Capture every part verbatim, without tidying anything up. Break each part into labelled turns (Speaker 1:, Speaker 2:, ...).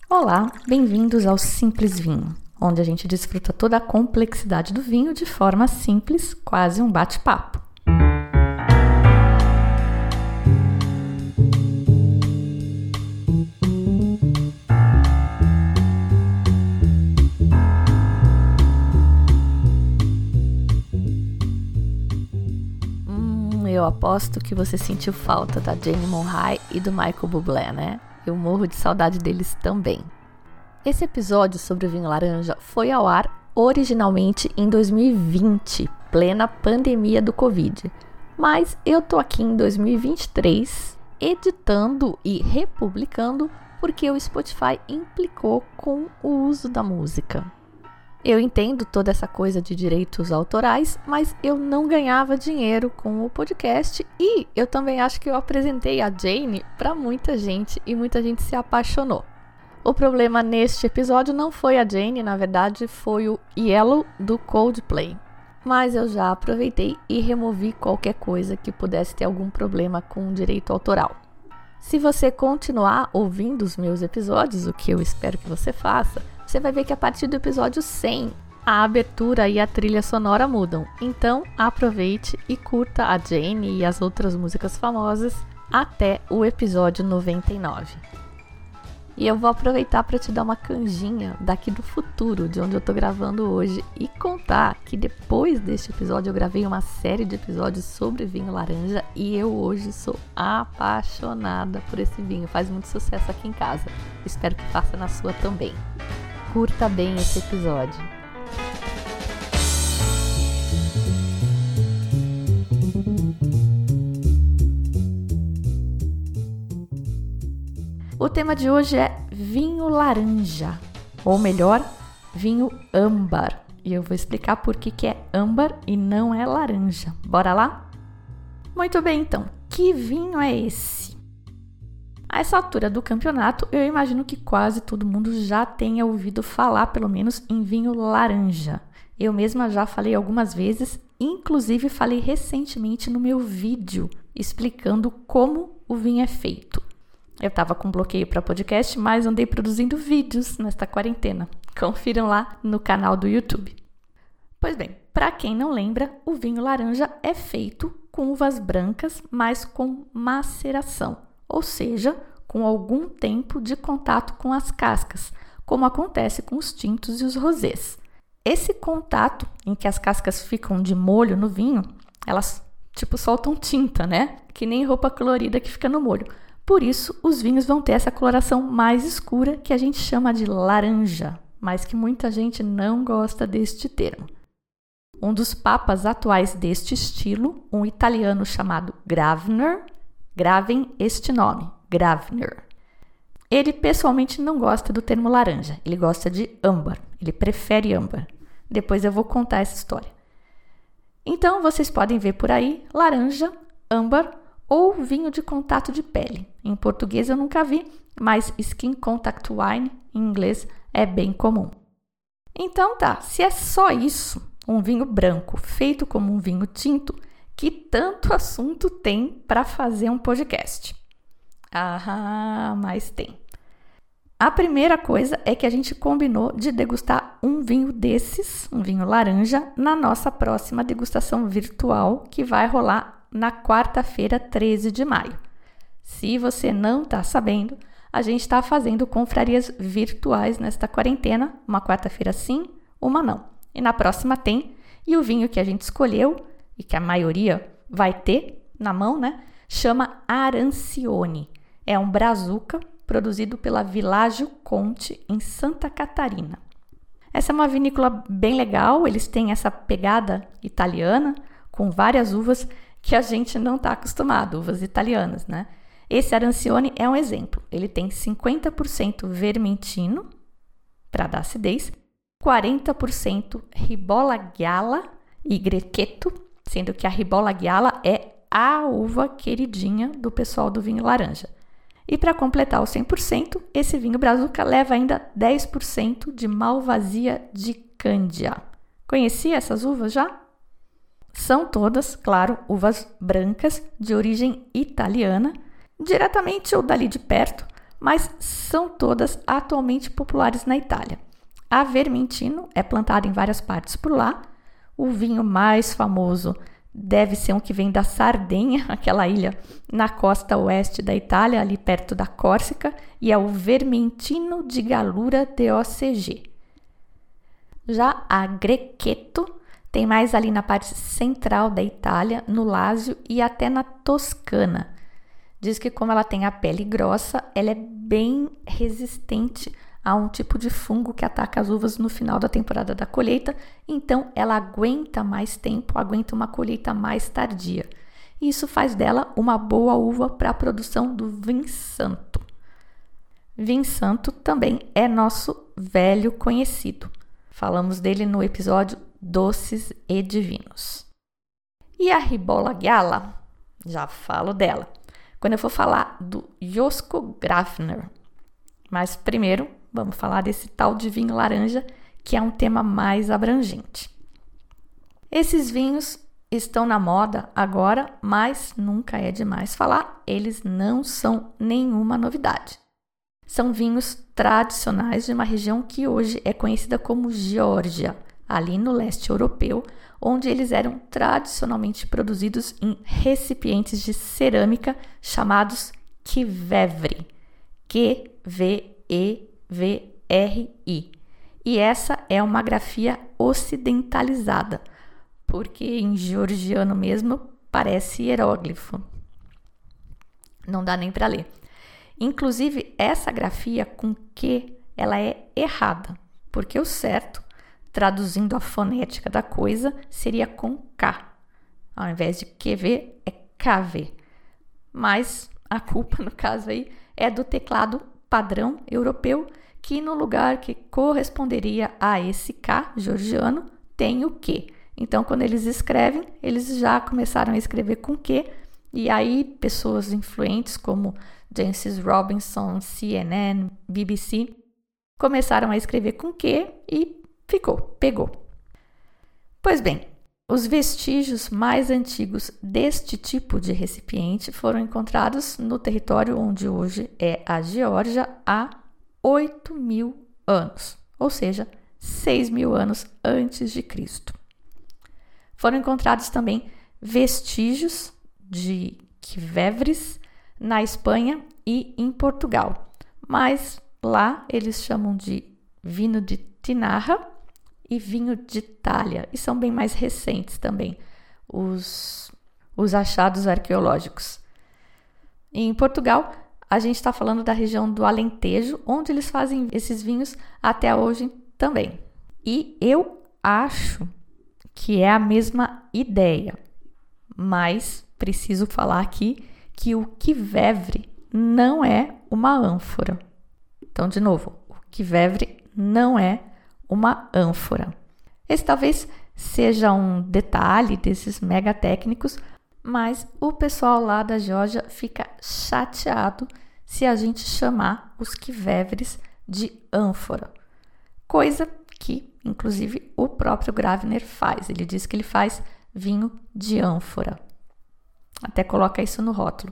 Speaker 1: Olá, bem-vindos ao Simples Vinho, onde a gente desfruta toda a complexidade do vinho de forma simples, quase um bate-papo. Hum, eu aposto que você sentiu falta da Jane Monhai e do Michael Bublé, né? Eu morro de saudade deles também. Esse episódio sobre o vinho laranja foi ao ar originalmente em dois mil e vinte, plena pandemia do Covid. Mas eu tô aqui em dois mil e vinte e três editando e republicando porque o Spotify implicou com o uso da música. Eu entendo toda essa coisa de direitos autorais, mas eu não ganhava dinheiro com o podcast e eu também acho que eu apresentei a Jane para muita gente e muita gente se apaixonou. O problema neste episódio não foi a Jane, na verdade foi o Yellow do Coldplay. Mas eu já aproveitei e removi qualquer coisa que pudesse ter algum problema com o direito autoral. Se você continuar ouvindo os meus episódios, o que eu espero que você faça, você vai ver que a partir do episódio cem, a abertura e a trilha sonora mudam. Então, aproveite e curta a Jane e as outras músicas famosas até o episódio noventa e nove. E eu vou aproveitar para te dar uma canjinha daqui do futuro, de onde eu tô gravando hoje, e contar que depois deste episódio eu gravei uma série de episódios sobre vinho laranja e eu hoje sou apaixonada por esse vinho. Faz muito sucesso aqui em casa. Espero que faça na sua também. Curta bem esse episódio. O tema de hoje é vinho laranja, ou melhor, vinho âmbar. E eu vou explicar por que que é âmbar e não é laranja. Bora lá? Muito bem, então. Que vinho é esse? A essa altura do campeonato, eu imagino que quase todo mundo já tenha ouvido falar, pelo menos, em vinho laranja. Eu mesma já falei algumas vezes, inclusive falei recentemente no meu vídeo explicando como o vinho é feito. Eu estava com bloqueio para podcast, mas andei produzindo vídeos nesta quarentena. Confiram lá no canal do YouTube. Pois bem, para quem não lembra, o vinho laranja é feito com uvas brancas, mas com maceração. Ou seja, com algum tempo de contato com as cascas, como acontece com os tintos e os rosés. Esse contato, em que as cascas ficam de molho no vinho, elas tipo soltam tinta, né? Que nem roupa colorida que fica no molho. Por isso, os vinhos vão ter essa coloração mais escura que a gente chama de laranja, mas que muita gente não gosta deste termo. Um dos papas atuais deste estilo, um italiano chamado Gravner, gravem este nome, Gravner. Ele pessoalmente não gosta do termo laranja, ele gosta de âmbar, ele prefere âmbar. Depois eu vou contar essa história. Então vocês podem ver por aí laranja, âmbar ou vinho de contato de pele. Em português eu nunca vi, mas skin contact wine em inglês é bem comum. Então tá, se é só isso, um vinho branco feito como um vinho tinto, que tanto assunto tem para fazer um podcast? Ah, mas tem. A primeira coisa é que a gente combinou de degustar um vinho desses, um vinho laranja, na nossa próxima degustação virtual, que vai rolar na quarta-feira, treze de maio. Se você não está sabendo, a gente está fazendo confrarias virtuais nesta quarentena, uma quarta-feira sim, uma não. E na próxima tem, e o vinho que a gente escolheu, e que a maioria vai ter na mão, né? Chama Arancione. É um brazuca produzido pela Villaggio Conti, em Santa Catarina. Essa é uma vinícola bem legal, eles têm essa pegada italiana, com várias uvas que a gente não está acostumado, uvas italianas, né? Esse Arancione é um exemplo. Ele tem cinquenta por cento vermentino, para dar acidez, quarenta por cento Ribolla Gialla e Grechetto, sendo que a Ribolla Gialla é a uva queridinha do pessoal do vinho laranja. E para completar os cem por cento, esse vinho brazuca leva ainda dez por cento de Malvasia di Candia. Conhecia essas uvas já? São todas, claro, uvas brancas de origem italiana, diretamente ou dali de perto, mas são todas atualmente populares na Itália. A Vermentino é plantada em várias partes por lá. O vinho mais famoso deve ser um que vem da Sardenha, aquela ilha na costa oeste da Itália, ali perto da Córcega, e é o Vermentino di Gallura de O C G. Já a Grechetto tem mais ali na parte central da Itália, no Lácio e até na Toscana. Diz que como ela tem a pele grossa, ela é bem resistente a um tipo de fungo que ataca as uvas no final da temporada da colheita, então ela aguenta mais tempo, aguenta uma colheita mais tardia. Isso faz dela uma boa uva para a produção do Vinsanto. Vinsanto também é nosso velho conhecido. Falamos dele no episódio Doces e Divinos. E a Ribolla Gialla? Já falo dela quando eu for falar do Josko Grafner. Mas primeiro, vamos falar desse tal de vinho laranja, que é um tema mais abrangente. Esses vinhos estão na moda agora, mas nunca é demais falar, eles não são nenhuma novidade. São vinhos tradicionais de uma região que hoje é conhecida como Geórgia, ali no leste europeu, onde eles eram tradicionalmente produzidos em recipientes de cerâmica chamados kvévri, Q V E V R I. E essa é uma grafia ocidentalizada, porque em georgiano mesmo parece hieróglifo. Não dá nem para ler. Inclusive, essa grafia com Q, ela é errada, porque o certo, traduzindo a fonética da coisa, seria com K. Ao invés de Q V, é K V. Mas a culpa, no caso aí, é do teclado padrão europeu, que no lugar que corresponderia a esse K georgiano, tem o Q. Então, quando eles escrevem, eles já começaram a escrever com Q, e aí pessoas influentes como Jancis Robinson, C N N, B B C, começaram a escrever com Q e ficou, pegou. Pois bem, os vestígios mais antigos deste tipo de recipiente foram encontrados no território onde hoje é a Geórgia há oito mil anos, ou seja, seis mil anos antes de Cristo. Foram encontrados também vestígios de kvévris na Espanha e em Portugal, mas lá eles chamam de vinho de Tinarra e vinho de Itália, e são bem mais recentes também os, os achados arqueológicos. Em Portugal, a gente está falando da região do Alentejo, onde eles fazem esses vinhos até hoje também. E eu acho que é a mesma ideia, mas preciso falar aqui que o kvévri não é uma ânfora. Então, de novo, o kvévri não é uma ânfora. Esse talvez seja um detalhe desses mega técnicos, mas o pessoal lá da Geórgia fica chateado se a gente chamar os kvévris de ânfora. Coisa que, inclusive, o próprio Grafner faz. Ele diz que ele faz vinho de ânfora. Até coloca isso no rótulo.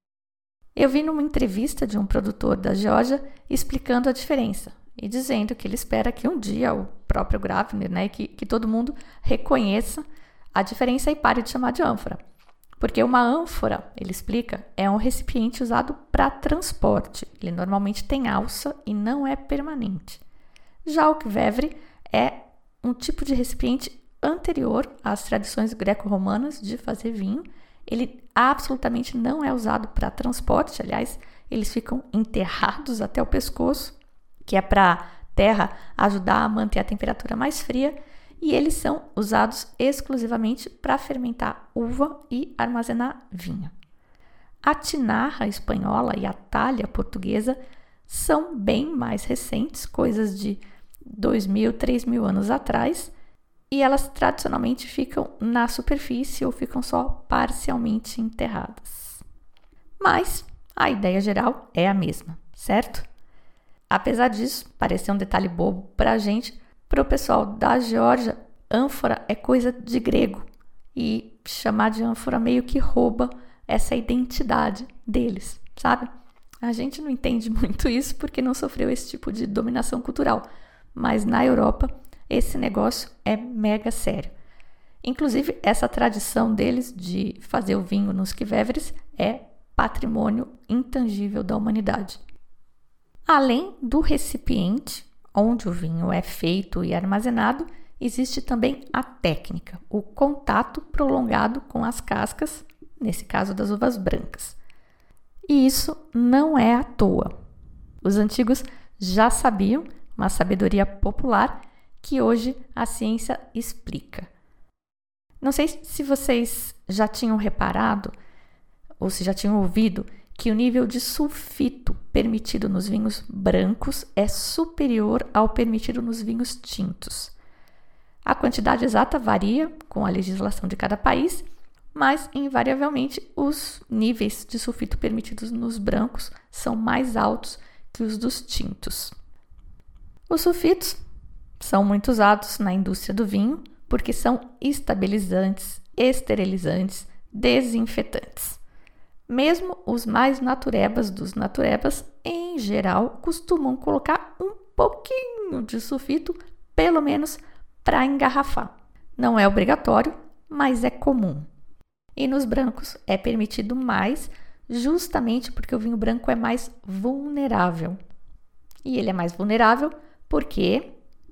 Speaker 1: Eu vi numa entrevista de um produtor da Geórgia explicando a diferença e dizendo que ele espera que um dia o próprio Grafner, né, que, que todo mundo reconheça a diferença e pare de chamar de ânfora. Porque uma ânfora, ele explica, é um recipiente usado para transporte. Ele normalmente tem alça e não é permanente. Já o kvévri é um tipo de recipiente anterior às tradições greco-romanas de fazer vinho. Ele absolutamente não é usado para transporte, aliás, eles ficam enterrados até o pescoço, que é para a terra ajudar a manter a temperatura mais fria, e eles são usados exclusivamente para fermentar uva e armazenar vinho. A tinarra espanhola e a talha portuguesa são bem mais recentes, coisas de dois mil, três mil anos atrás, e elas tradicionalmente ficam na superfície ou ficam só parcialmente enterradas. Mas a ideia geral é a mesma, certo? Apesar disso parecer um detalhe bobo para a gente, para o pessoal da Geórgia, ânfora é coisa de grego e chamar de ânfora meio que rouba essa identidade deles, sabe? A gente não entende muito isso porque não sofreu esse tipo de dominação cultural, mas na Europa esse negócio é mega sério. Inclusive, essa tradição deles de fazer o vinho nos quivevres é patrimônio intangível da humanidade. Além do recipiente onde o vinho é feito e armazenado, existe também a técnica, o contato prolongado com as cascas, nesse caso das uvas brancas. E isso não é à toa. Os antigos já sabiam, uma sabedoria popular, que hoje a ciência explica. Não sei se vocês já tinham reparado, ou se já tinham ouvido, que o nível de sulfito permitido nos vinhos brancos é superior ao permitido nos vinhos tintos. A quantidade exata varia com a legislação de cada país, mas invariavelmente os níveis de sulfito permitidos nos brancos são mais altos que os dos tintos. Os sulfitos são muito usados na indústria do vinho porque são estabilizantes, esterilizantes, desinfetantes. Mesmo os mais naturebas dos naturebas, em geral, costumam colocar um pouquinho de sulfito, pelo menos para engarrafar. Não é obrigatório, mas é comum. E nos brancos é permitido mais, justamente porque o vinho branco é mais vulnerável. E ele é mais vulnerável porque,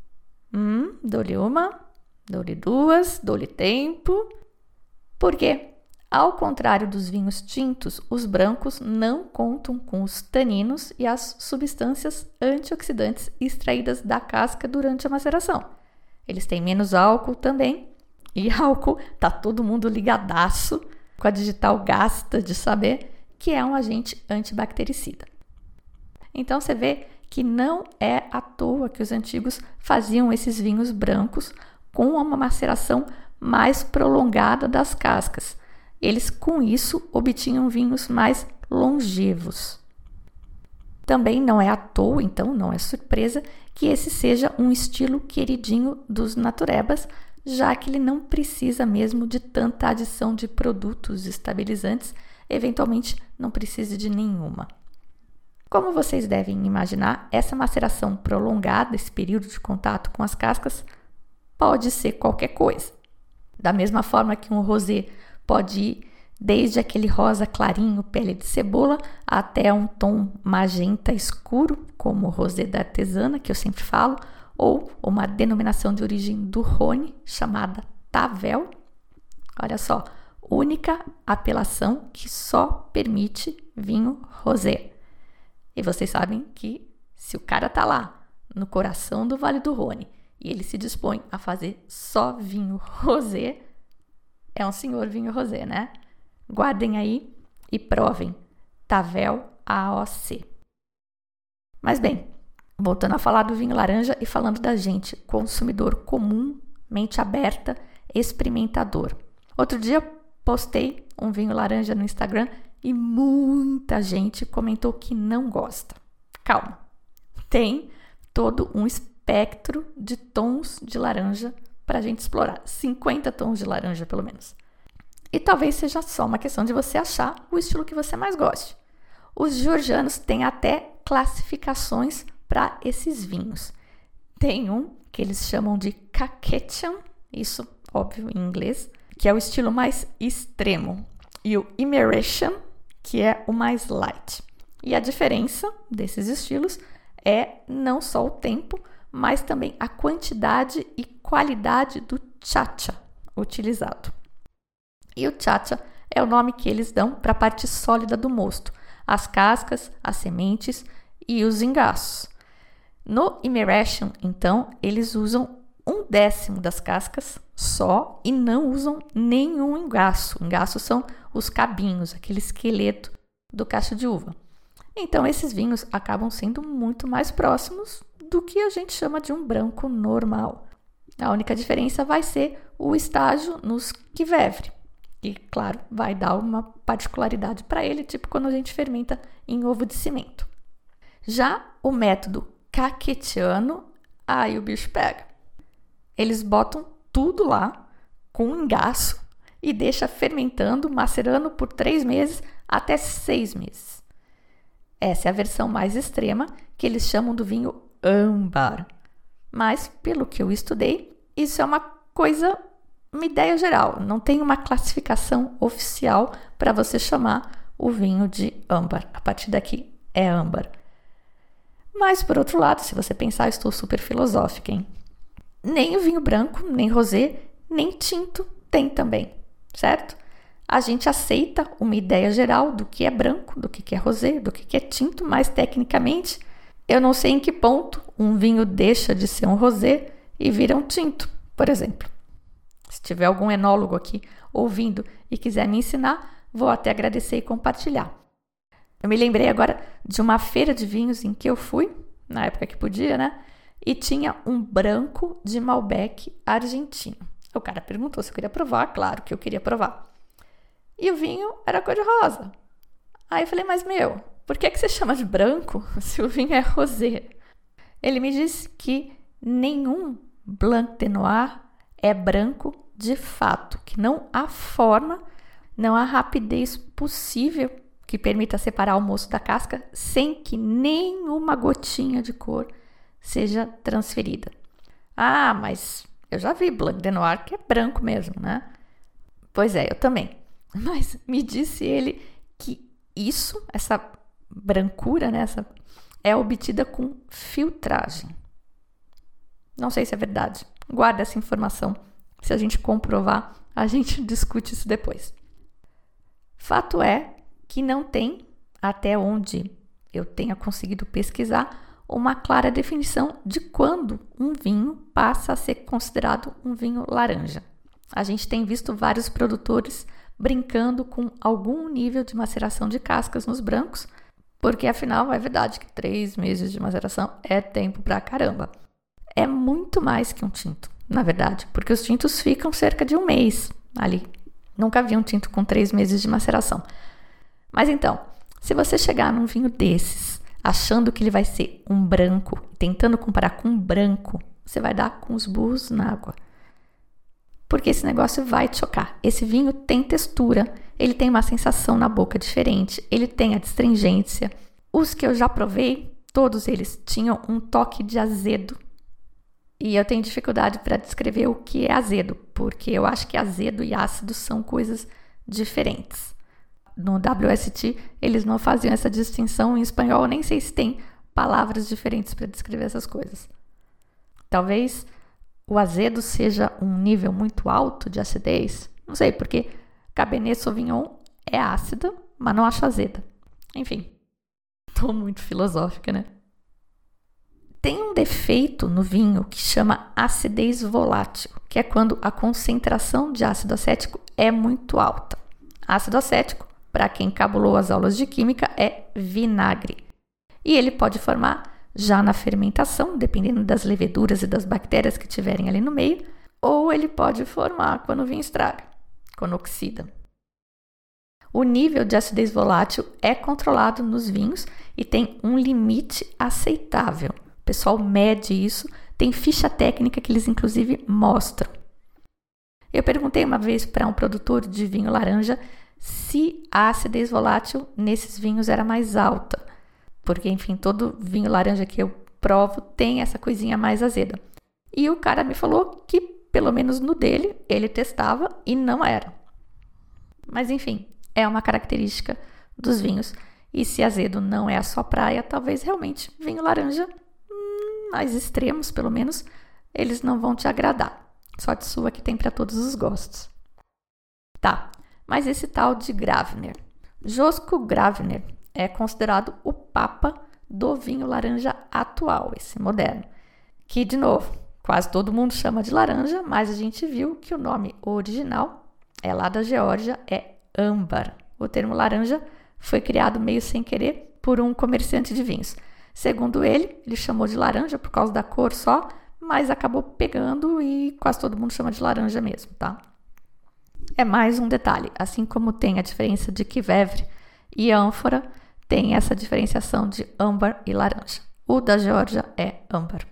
Speaker 1: hum, dou-lhe uma, dou-lhe duas, dou-lhe tempo. Porque, ao contrário dos vinhos tintos, os brancos não contam com os taninos e as substâncias antioxidantes extraídas da casca durante a maceração. Eles têm menos álcool também. E álcool, tá todo mundo ligadaço com a digital gasta de saber que é um agente antibactericida. Então você vê que não é à toa que os antigos faziam esses vinhos brancos com uma maceração mais prolongada das cascas. Eles com isso obtinham vinhos mais longevos. Também não é à toa, então não é surpresa, que esse seja um estilo queridinho dos naturebas, já que ele não precisa mesmo de tanta adição de produtos estabilizantes, eventualmente não precisa de nenhuma. Como vocês devem imaginar, essa maceração prolongada, esse período de contato com as cascas, pode ser qualquer coisa. Da mesma forma que um rosé pode ir desde aquele rosa clarinho, pele de cebola, até um tom magenta escuro, como o rosé da artesana, que eu sempre falo, ou uma denominação de origem do Rhône, chamada Tavel. Olha só, única apelação que só permite vinho rosé. E vocês sabem que se o cara tá lá, no coração do Vale do Rhône, e ele se dispõe a fazer só vinho rosé, é um senhor vinho rosé, né? Guardem aí e provem. Tavel A O C. Mas bem, voltando a falar do vinho laranja e falando da gente, consumidor comum, mente aberta, experimentador. Outro dia postei um vinho laranja no Instagram e muita gente comentou que não gosta. Calma, tem todo um espectro de tons de laranja para a gente explorar. cinquenta tons de laranja, pelo menos. E talvez seja só uma questão de você achar o estilo que você mais goste. Os georgianos têm até classificações para esses vinhos. Tem um que eles chamam de Kakhetian, isso óbvio em inglês, que é o estilo mais extremo, e o Imeretian, que é o mais light. E a diferença desses estilos é não só o tempo, mas também a quantidade e qualidade do chacha utilizado. E o chacha é o nome que eles dão para a parte sólida do mosto, as cascas, as sementes e os engaços. No Imeretian, então, eles usam um décimo das cascas só e não usam nenhum engaço. Engaços são os cabinhos, aquele esqueleto do cacho de uva. Então, esses vinhos acabam sendo muito mais próximos do que a gente chama de um branco normal. A única diferença vai ser o estágio nos quivevre. E, claro, vai dar uma particularidade para ele, tipo quando a gente fermenta em ovo de cimento. Já o método kakhetiano, aí o bicho pega. Eles botam tudo lá com um engaço e deixa fermentando, macerando por três meses até seis meses. Essa é a versão mais extrema, que eles chamam do vinho âmbar. Mas, pelo que eu estudei, isso é uma coisa, uma ideia geral. Não tem uma classificação oficial para você chamar o vinho de âmbar. A partir daqui é âmbar. Mas, por outro lado, se você pensar, eu estou super filosófica, hein? Nem o vinho branco, nem rosé, nem tinto tem também, certo? A gente aceita uma ideia geral do que é branco, do que é rosé, do que é tinto, mas tecnicamente eu não sei em que ponto um vinho deixa de ser um rosé e vira um tinto, por exemplo. Se tiver algum enólogo aqui ouvindo e quiser me ensinar, vou até agradecer e compartilhar. Eu me lembrei agora de uma feira de vinhos em que eu fui, na época que podia, né? E tinha um branco de Malbec argentino. O cara perguntou se eu queria provar, claro que eu queria provar. E o vinho era cor-de-rosa. Aí eu falei, mas meu, por que, que você chama de branco se o vinho é rosé? Ele me disse que nenhum Blanc de Noir é branco de fato, que não há forma, não há rapidez possível que permita separar o moço da casca sem que nenhuma gotinha de cor seja transferida. Ah, mas eu já vi Blanc de Noir que é branco mesmo, né? Pois é, eu também. Mas me disse ele que isso, essa brancura, né, essa, é obtida com filtragem. Não sei se é verdade. Guarda essa informação. Se a gente comprovar, a gente discute isso depois. Fato é que não tem, até onde eu tenha conseguido pesquisar, uma clara definição de quando um vinho passa a ser considerado um vinho laranja. A gente tem visto vários produtores brincando com algum nível de maceração de cascas nos brancos, porque afinal é verdade que três meses de maceração é tempo pra caramba. É muito mais que um tinto, na verdade, porque os tintos ficam cerca de um mês ali. Nunca vi um tinto com três meses de maceração. Mas então, se você chegar num vinho desses, achando que ele vai ser um branco, tentando comparar com um branco, você vai dar com os burros na água. Porque esse negócio vai te chocar. Esse vinho tem textura, ele tem uma sensação na boca diferente, ele tem a astringência. Os que eu já provei, todos eles tinham um toque de azedo. E eu tenho dificuldade para descrever o que é azedo, porque eu acho que azedo e ácido são coisas diferentes. No W S T, eles não faziam essa distinção em espanhol, nem sei se tem palavras diferentes para descrever essas coisas. Talvez o azedo seja um nível muito alto de acidez. Não sei, porque Cabernet Sauvignon é ácida, mas não acho azeda. Enfim, estou muito filosófica, né? Tem um defeito no vinho que chama acidez volátil, que é quando a concentração de ácido acético é muito alta. Ácido acético, para quem cabulou as aulas de química, é vinagre. E ele pode formar já na fermentação, dependendo das leveduras e das bactérias que tiverem ali no meio, ou ele pode formar quando o vinho estraga, quando oxida. O nível de acidez volátil é controlado nos vinhos e tem um limite aceitável. O pessoal mede isso, tem ficha técnica que eles inclusive mostram. Eu perguntei uma vez para um produtor de vinho laranja se a acidez volátil nesses vinhos era mais alta. Porque, enfim, todo vinho laranja que eu provo tem essa coisinha mais azeda. E o cara me falou que, pelo menos no dele, ele testava e não era. Mas, enfim, é uma característica dos vinhos. E se azedo não é a sua praia, talvez realmente vinho laranja, hum, mais extremos pelo menos, eles não vão te agradar. Sorte sua que tem para todos os gostos. Tá, mas esse tal de Gravner. Josko Gravner é considerado o papa do vinho laranja atual, esse moderno. Que, de novo, quase todo mundo chama de laranja, mas a gente viu que o nome original é lá da Geórgia, é âmbar. O termo laranja foi criado meio sem querer por um comerciante de vinhos. Segundo ele, ele chamou de laranja por causa da cor só, mas acabou pegando e quase todo mundo chama de laranja mesmo, tá? É mais um detalhe, assim como tem a diferença de Kvever e ânfora, tem essa diferenciação de âmbar e laranja. O da Geórgia é âmbar.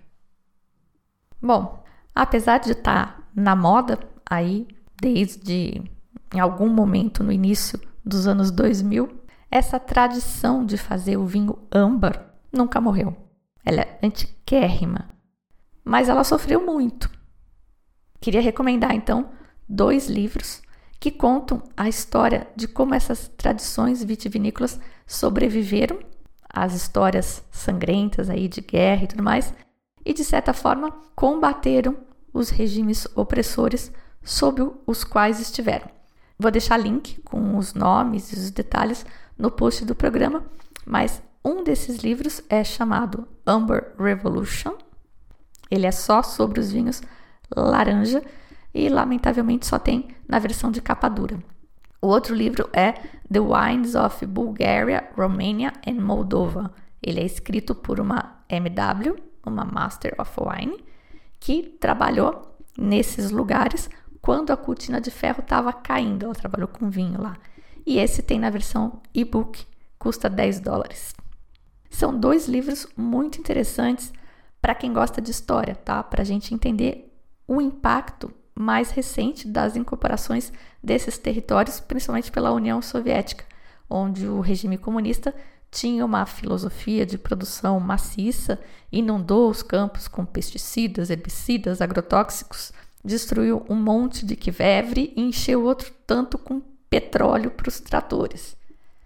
Speaker 1: Bom, apesar de estar na moda aí desde em algum momento no início dos anos dois mil, essa tradição de fazer o vinho âmbar nunca morreu. Ela é antiquérrima, mas ela sofreu muito. Queria recomendar, então, dois livros que contam a história de como essas tradições vitivinícolas sobreviveram às histórias sangrentas aí de guerra e tudo mais, e, de certa forma, combateram os regimes opressores sob os quais estiveram. Vou deixar link com os nomes e os detalhes no post do programa, mas um desses livros é chamado Amber Revolution. Ele é só sobre os vinhos laranja e, lamentavelmente, só tem na versão de capa dura. O outro livro é The Wines of Bulgaria, Romania and Moldova. Ele é escrito por uma M W, uma Master of Wine, que trabalhou nesses lugares quando a cortina de ferro estava caindo. Ela trabalhou com vinho lá. E esse tem na versão e-book, custa dez dólares. São dois livros muito interessantes para quem gosta de história, tá? Para a gente entender o impacto mais recente das incorporações desses territórios, principalmente pela União Soviética, onde o regime comunista tinha uma filosofia de produção maciça, inundou os campos com pesticidas, herbicidas, agrotóxicos, destruiu um monte de quivevre e encheu outro tanto com petróleo para os tratores.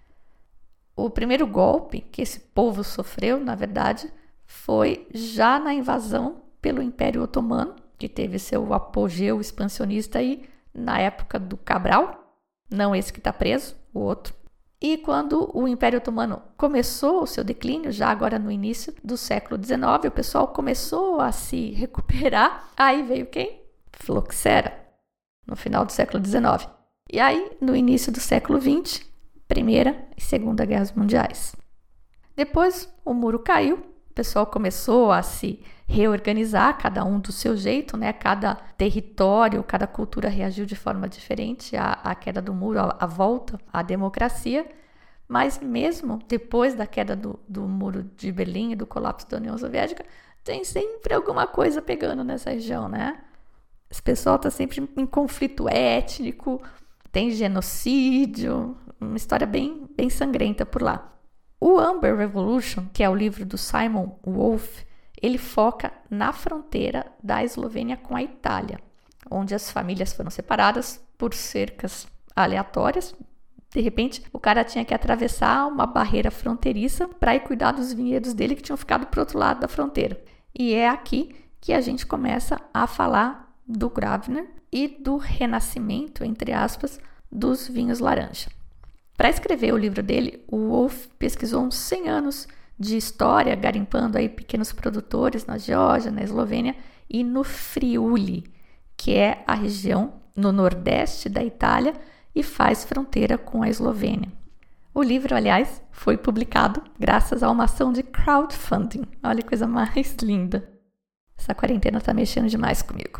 Speaker 1: O primeiro golpe que esse povo sofreu, na verdade, foi já na invasão pelo Império Otomano, que teve seu apogeu expansionista aí na época do Cabral, não esse que está preso, o outro. E quando o Império Otomano começou o seu declínio, já agora no início do século dezenove, o pessoal começou a se recuperar, aí veio quem? Floxera, no final do século dezenove. E aí, no início do século vinte, Primeira e Segunda Guerras Mundiais. Depois, o muro caiu, o pessoal começou a se reorganizar, cada um do seu jeito, né? Cada território, cada cultura reagiu de forma diferente à, à queda do muro, à, à volta à democracia. Mas mesmo depois da queda do, do muro de Berlim e do colapso da União Soviética, tem sempre alguma coisa pegando nessa região, né? Esse pessoal está sempre em conflito étnico, tem genocídio, uma história bem, bem sangrenta por lá. O Amber Revolution, que é o livro do Simon Wolf, ele foca na fronteira da Eslovênia com a Itália, onde as famílias foram separadas por cercas aleatórias. De repente, o cara tinha que atravessar uma barreira fronteiriça para ir cuidar dos vinhedos dele que tinham ficado para o outro lado da fronteira. E é aqui que a gente começa a falar do Gravner e do renascimento, entre aspas, dos vinhos laranja. Para escrever o livro dele, o Wolf pesquisou uns cem anos de história, garimpando aí pequenos produtores na Geórgia, na Eslovênia e no Friuli, que é a região no nordeste da Itália e faz fronteira com a Eslovênia. O livro, aliás, foi publicado graças a uma ação de crowdfunding. Olha que coisa mais linda. Essa quarentena está mexendo demais comigo.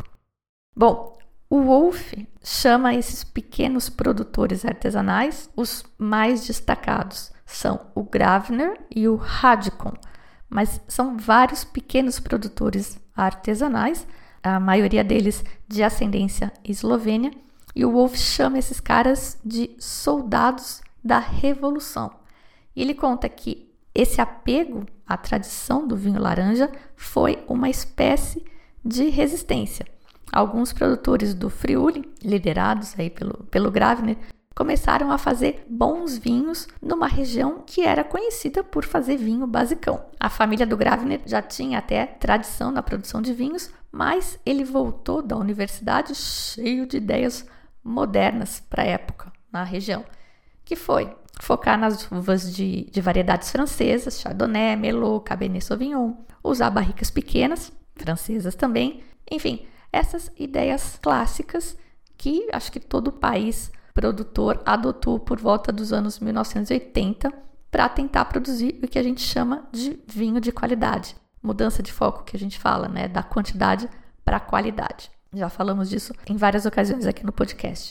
Speaker 1: Bom, o Wolf chama esses pequenos produtores artesanais os mais destacados. São o Gravner e o Radikon, mas são vários pequenos produtores artesanais, a maioria deles de ascendência eslovênia, e o Wolf chama esses caras de soldados da Revolução. E ele conta que esse apego à tradição do vinho laranja foi uma espécie de resistência. Alguns produtores do Friuli, liderados aí pelo, pelo Gravner, começaram a fazer bons vinhos numa região que era conhecida por fazer vinho basicão. A família do Gravner já tinha até tradição na produção de vinhos, mas ele voltou da universidade cheio de ideias modernas para a época na região, que foi focar nas uvas de, de variedades francesas, Chardonnay, Merlot, Cabernet Sauvignon, usar barricas pequenas, francesas também, enfim, essas ideias clássicas que acho que todo país produtor adotou por volta dos anos mil novecentos e oitenta para tentar produzir o que a gente chama de vinho de qualidade. Mudança de foco que a gente fala, né? Da quantidade para a qualidade. Já falamos disso em várias ocasiões aqui no podcast.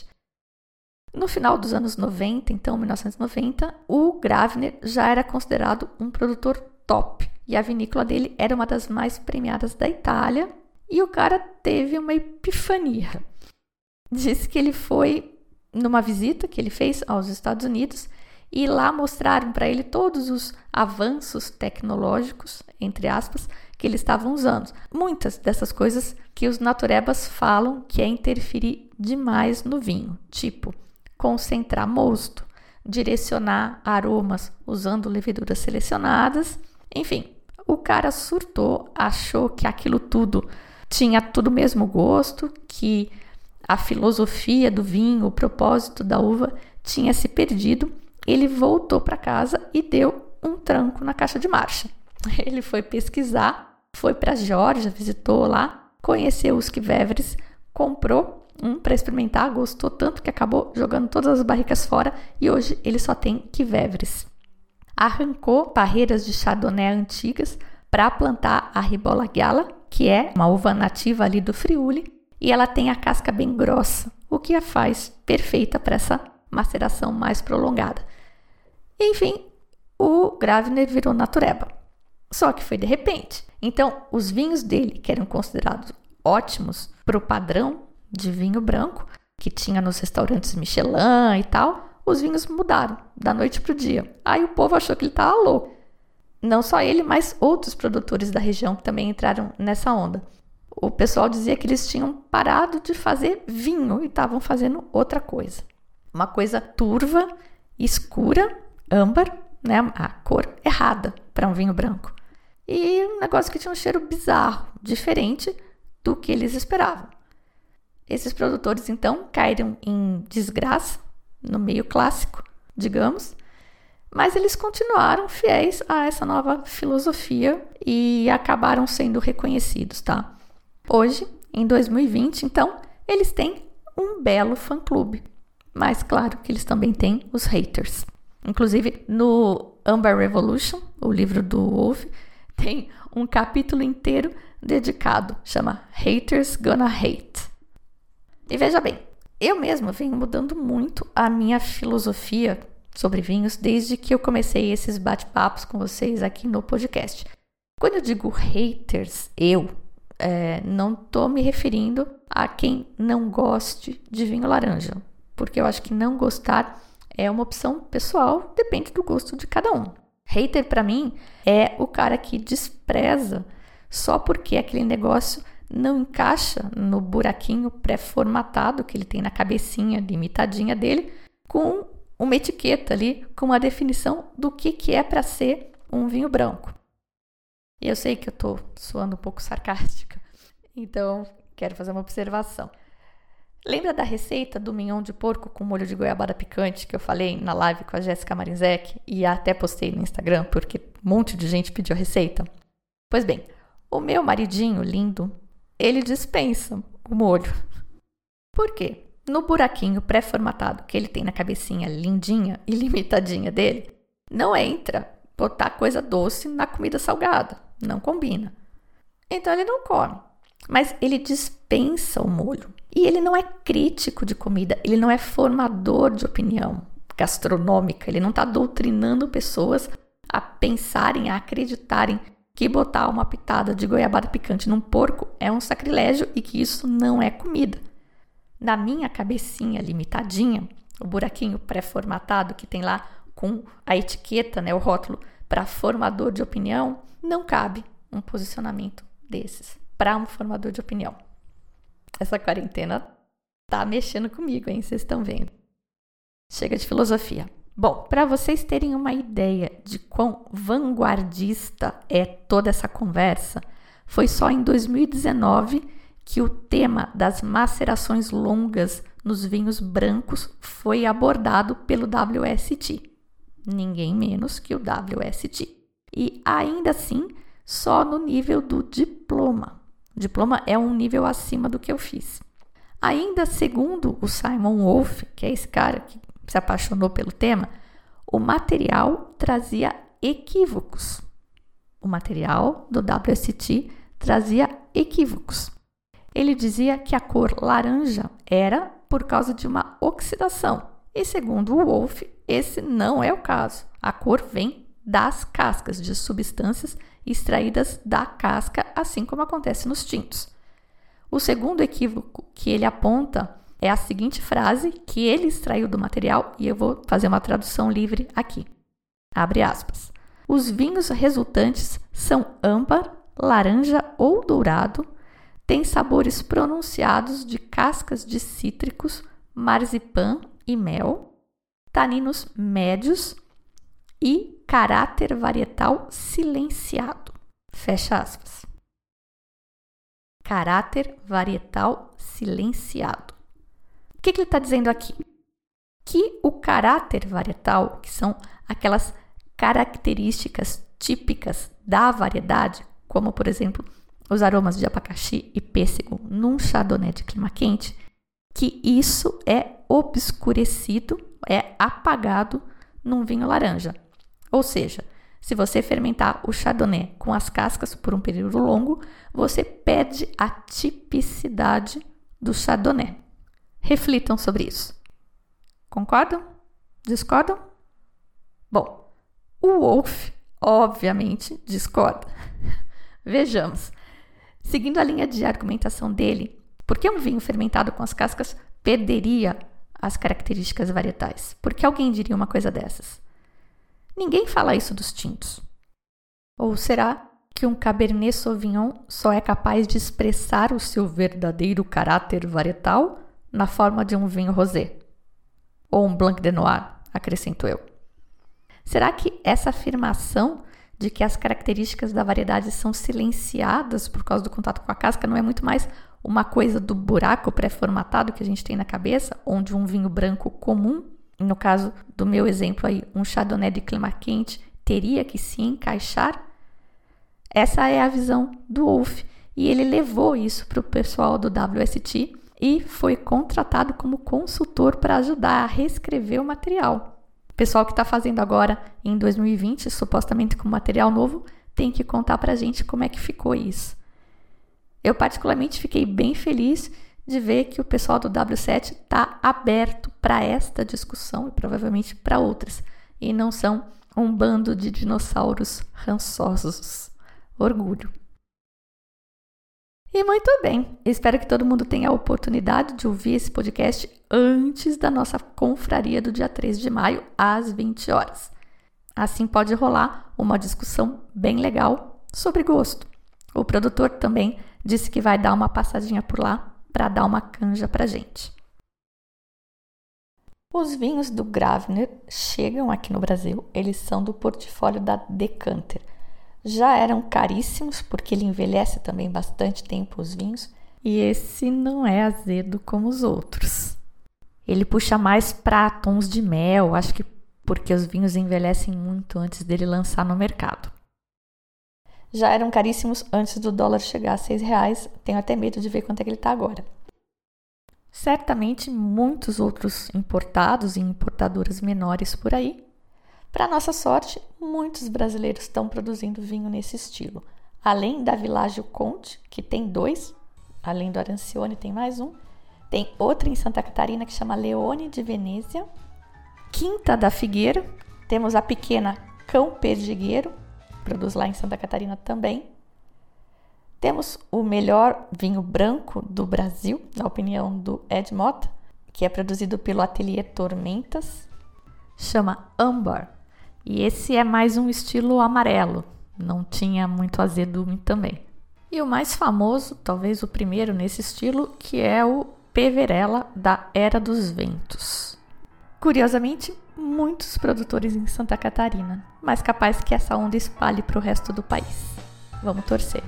Speaker 1: No final dos anos noventa, então, mil novecentos e noventa, o Gravner já era considerado um produtor top. E a vinícola dele era uma das mais premiadas da Itália. E o cara teve uma epifania. Disse que ele foi numa visita que ele fez aos Estados Unidos E lá mostraram para ele todos os avanços tecnológicos, entre aspas, que eles estavam usando. Muitas dessas coisas que os naturebas falam que é interferir demais no vinho, tipo concentrar mosto, direcionar aromas usando leveduras selecionadas. Enfim, o cara surtou, achou que aquilo tudo tinha tudo o mesmo gosto, que a filosofia do vinho, o propósito da uva tinha se perdido. Ele voltou para casa e deu um tranco na caixa de marcha. Ele foi pesquisar, foi para a Geórgia, visitou lá, conheceu os quivevres, comprou um para experimentar, gostou tanto que acabou jogando todas as barricas fora e hoje ele só tem quivevres. Arrancou parreiras de chardonnay antigas para plantar a Ribolla Gala, que é uma uva nativa ali do Friuli, e ela tem a casca bem grossa, o que a faz perfeita para essa maceração mais prolongada. Enfim, o Gravner virou natureba. Só que foi de repente. Então, os vinhos dele, que eram considerados ótimos para o padrão de vinho branco, que tinha nos restaurantes Michelin e tal, os vinhos mudaram da noite para o dia. Aí o povo achou que ele estava louco. Não só ele, mas outros produtores da região que também entraram nessa onda. O pessoal dizia que eles tinham parado de fazer vinho e estavam fazendo outra coisa. Uma coisa turva, escura, âmbar, né? A cor errada para um vinho branco. E um negócio que tinha um cheiro bizarro, diferente do que eles esperavam. Esses produtores, então, caíram em desgraça, no meio clássico, digamos, mas eles continuaram fiéis a essa nova filosofia e acabaram sendo reconhecidos, tá? Hoje, em dois mil e vinte, então, eles têm um belo fã-clube. Mas, claro, que eles também têm os haters. Inclusive, no Amber Revolution, o livro do Wolff, tem um capítulo inteiro dedicado, chama Haters Gonna Hate. E veja bem, eu mesma venho mudando muito a minha filosofia sobre vinhos desde que eu comecei esses bate-papos com vocês aqui no podcast. Quando eu digo haters, eu é, não estou me referindo a quem não goste de vinho laranja, porque eu acho que não gostar é uma opção pessoal, depende do gosto de cada um. Hater, para mim, é o cara que despreza só porque aquele negócio não encaixa no buraquinho pré-formatado que ele tem na cabecinha limitadinha dele, com uma etiqueta ali, com uma definição do que, que é para ser um vinho branco. E eu sei que eu estou soando um pouco sarcástica, então quero fazer uma observação. Lembra da receita do mignon de porco com molho de goiabada picante que eu falei na live com a Jéssica Marinzec e até postei no Instagram porque um monte de gente pediu a receita? Pois bem, o meu maridinho lindo, ele dispensa o molho. Por quê? No buraquinho pré-formatado que ele tem na cabecinha lindinha e limitadinha dele, não entra botar coisa doce na comida salgada. Não combina. Então ele não come. Mas ele dispensa o molho. E ele não é crítico de comida, ele não é formador de opinião gastronômica, ele não está doutrinando pessoas a pensarem, a acreditarem que botar uma pitada de goiabada picante num porco é um sacrilégio e que isso não é comida. Na minha cabecinha limitadinha, o buraquinho pré-formatado que tem lá com a etiqueta, né, o rótulo para formador de opinião, não cabe um posicionamento desses para um formador de opinião. Essa quarentena tá mexendo comigo, hein? Vocês estão vendo. Chega de filosofia. Bom, para vocês terem uma ideia de quão vanguardista é toda essa conversa, foi só em dois mil e dezenove que o tema das macerações longas nos vinhos brancos foi abordado pelo W S T. Ninguém menos que o W S T. E ainda assim, só no nível do diploma. O diploma é um nível acima do que eu fiz. Ainda segundo o Simon Wolff, que é esse cara que se apaixonou pelo tema, o material trazia equívocos. O material do W S T trazia equívocos. Ele dizia que a cor laranja era por causa de uma oxidação. E segundo o Wolff, esse não é o caso. A cor vem das cascas, de substâncias extraídas da casca, assim como acontece nos tintos. O segundo equívoco que ele aponta é a seguinte frase que ele extraiu do material e eu vou fazer uma tradução livre aqui. Abre aspas. Os vinhos resultantes são âmbar, laranja ou dourado, têm sabores pronunciados de cascas de cítricos, marzipan e mel, taninos médios e caráter varietal silenciado. Fecha aspas. Caráter varietal silenciado. O que, que ele está dizendo aqui? Que o caráter varietal, que são aquelas características típicas da variedade, como, por exemplo, os aromas de abacaxi e pêssego num chardonnay de clima quente, que isso é obscurecido, é apagado num vinho laranja. Ou seja, se você fermentar o chardonnay com as cascas por um período longo, você perde a tipicidade do chardonnay. Reflitam sobre isso. Concordam? Discordam? Bom, o Wolff, obviamente, discorda. Vejamos. Seguindo a linha de argumentação dele, por que um vinho fermentado com as cascas perderia as características varietais? Por que alguém diria uma coisa dessas? Ninguém fala isso dos tintos. Ou será que um Cabernet Sauvignon só é capaz de expressar o seu verdadeiro caráter varietal na forma de um vinho rosé? Ou um Blanc de Noir, acrescento eu. Será que essa afirmação de que as características da variedade são silenciadas por causa do contato com a casca não é muito mais uma coisa do buraco pré-formatado que a gente tem na cabeça, onde um vinho branco comum, no caso do meu exemplo aí, um chardonnay de clima quente, teria que se encaixar? Essa é a visão do Wolff e ele levou isso para o pessoal do W S T e foi contratado como consultor para ajudar a reescrever o material. O pessoal que está fazendo agora em dois mil e vinte, supostamente com material novo, tem que contar para a gente como é que ficou isso. Eu particularmente fiquei bem feliz de ver que o pessoal do W sete está aberto para esta discussão e provavelmente para outras, e não são um bando de dinossauros rançosos. Orgulho. E muito bem, espero que todo mundo tenha a oportunidade de ouvir esse podcast antes da nossa confraria do dia três de maio, às vinte horas. Assim pode rolar uma discussão bem legal sobre gosto. O produtor também disse que vai dar uma passadinha por lá para dar uma canja para gente. Os vinhos do Gravner chegam aqui no Brasil, eles são do portfólio da Decanter. Já eram caríssimos, porque ele envelhece também bastante tempo os vinhos, e esse não é azedo como os outros. Ele puxa mais para tons de mel, acho que porque os vinhos envelhecem muito antes dele lançar no mercado. Já eram caríssimos antes do dólar chegar a seis reais, tenho até medo de ver quanto é que ele está agora. Certamente muitos outros importados e importadoras menores por aí. Para nossa sorte, muitos brasileiros estão produzindo vinho nesse estilo. Além da Villaggio Conte, que tem dois, além do Arancione tem mais um. Tem outra em Santa Catarina que chama Leone de Venezia. Quinta da Figueira, temos a pequena Cão Perdigueiro, produz lá em Santa Catarina também. Temos o melhor vinho branco do Brasil, na opinião do Ed Mota, que é produzido pelo Ateliê Tormentas, chama Âmbar. E esse é mais um estilo amarelo, não tinha muito azedume também. E o mais famoso, talvez o primeiro nesse estilo, que é o Peverella da Era dos Ventos. Curiosamente, muitos produtores em Santa Catarina, mas capaz que essa onda espalhe para o resto do país. Vamos torcer.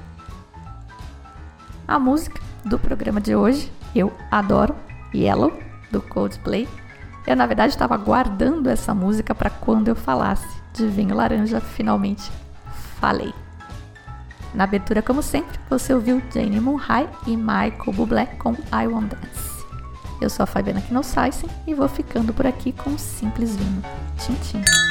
Speaker 1: A música do programa de hoje, eu adoro, Yellow, do Coldplay. Eu, na verdade, estava guardando essa música para quando eu falasse de vinho laranja, finalmente falei. Na abertura, como sempre, você ouviu Jane Monhai e Michael Bublé com I Won't Dance. Eu sou a Fabiana Knossaisen e vou ficando por aqui com um simples vinho. Tchim, tchim.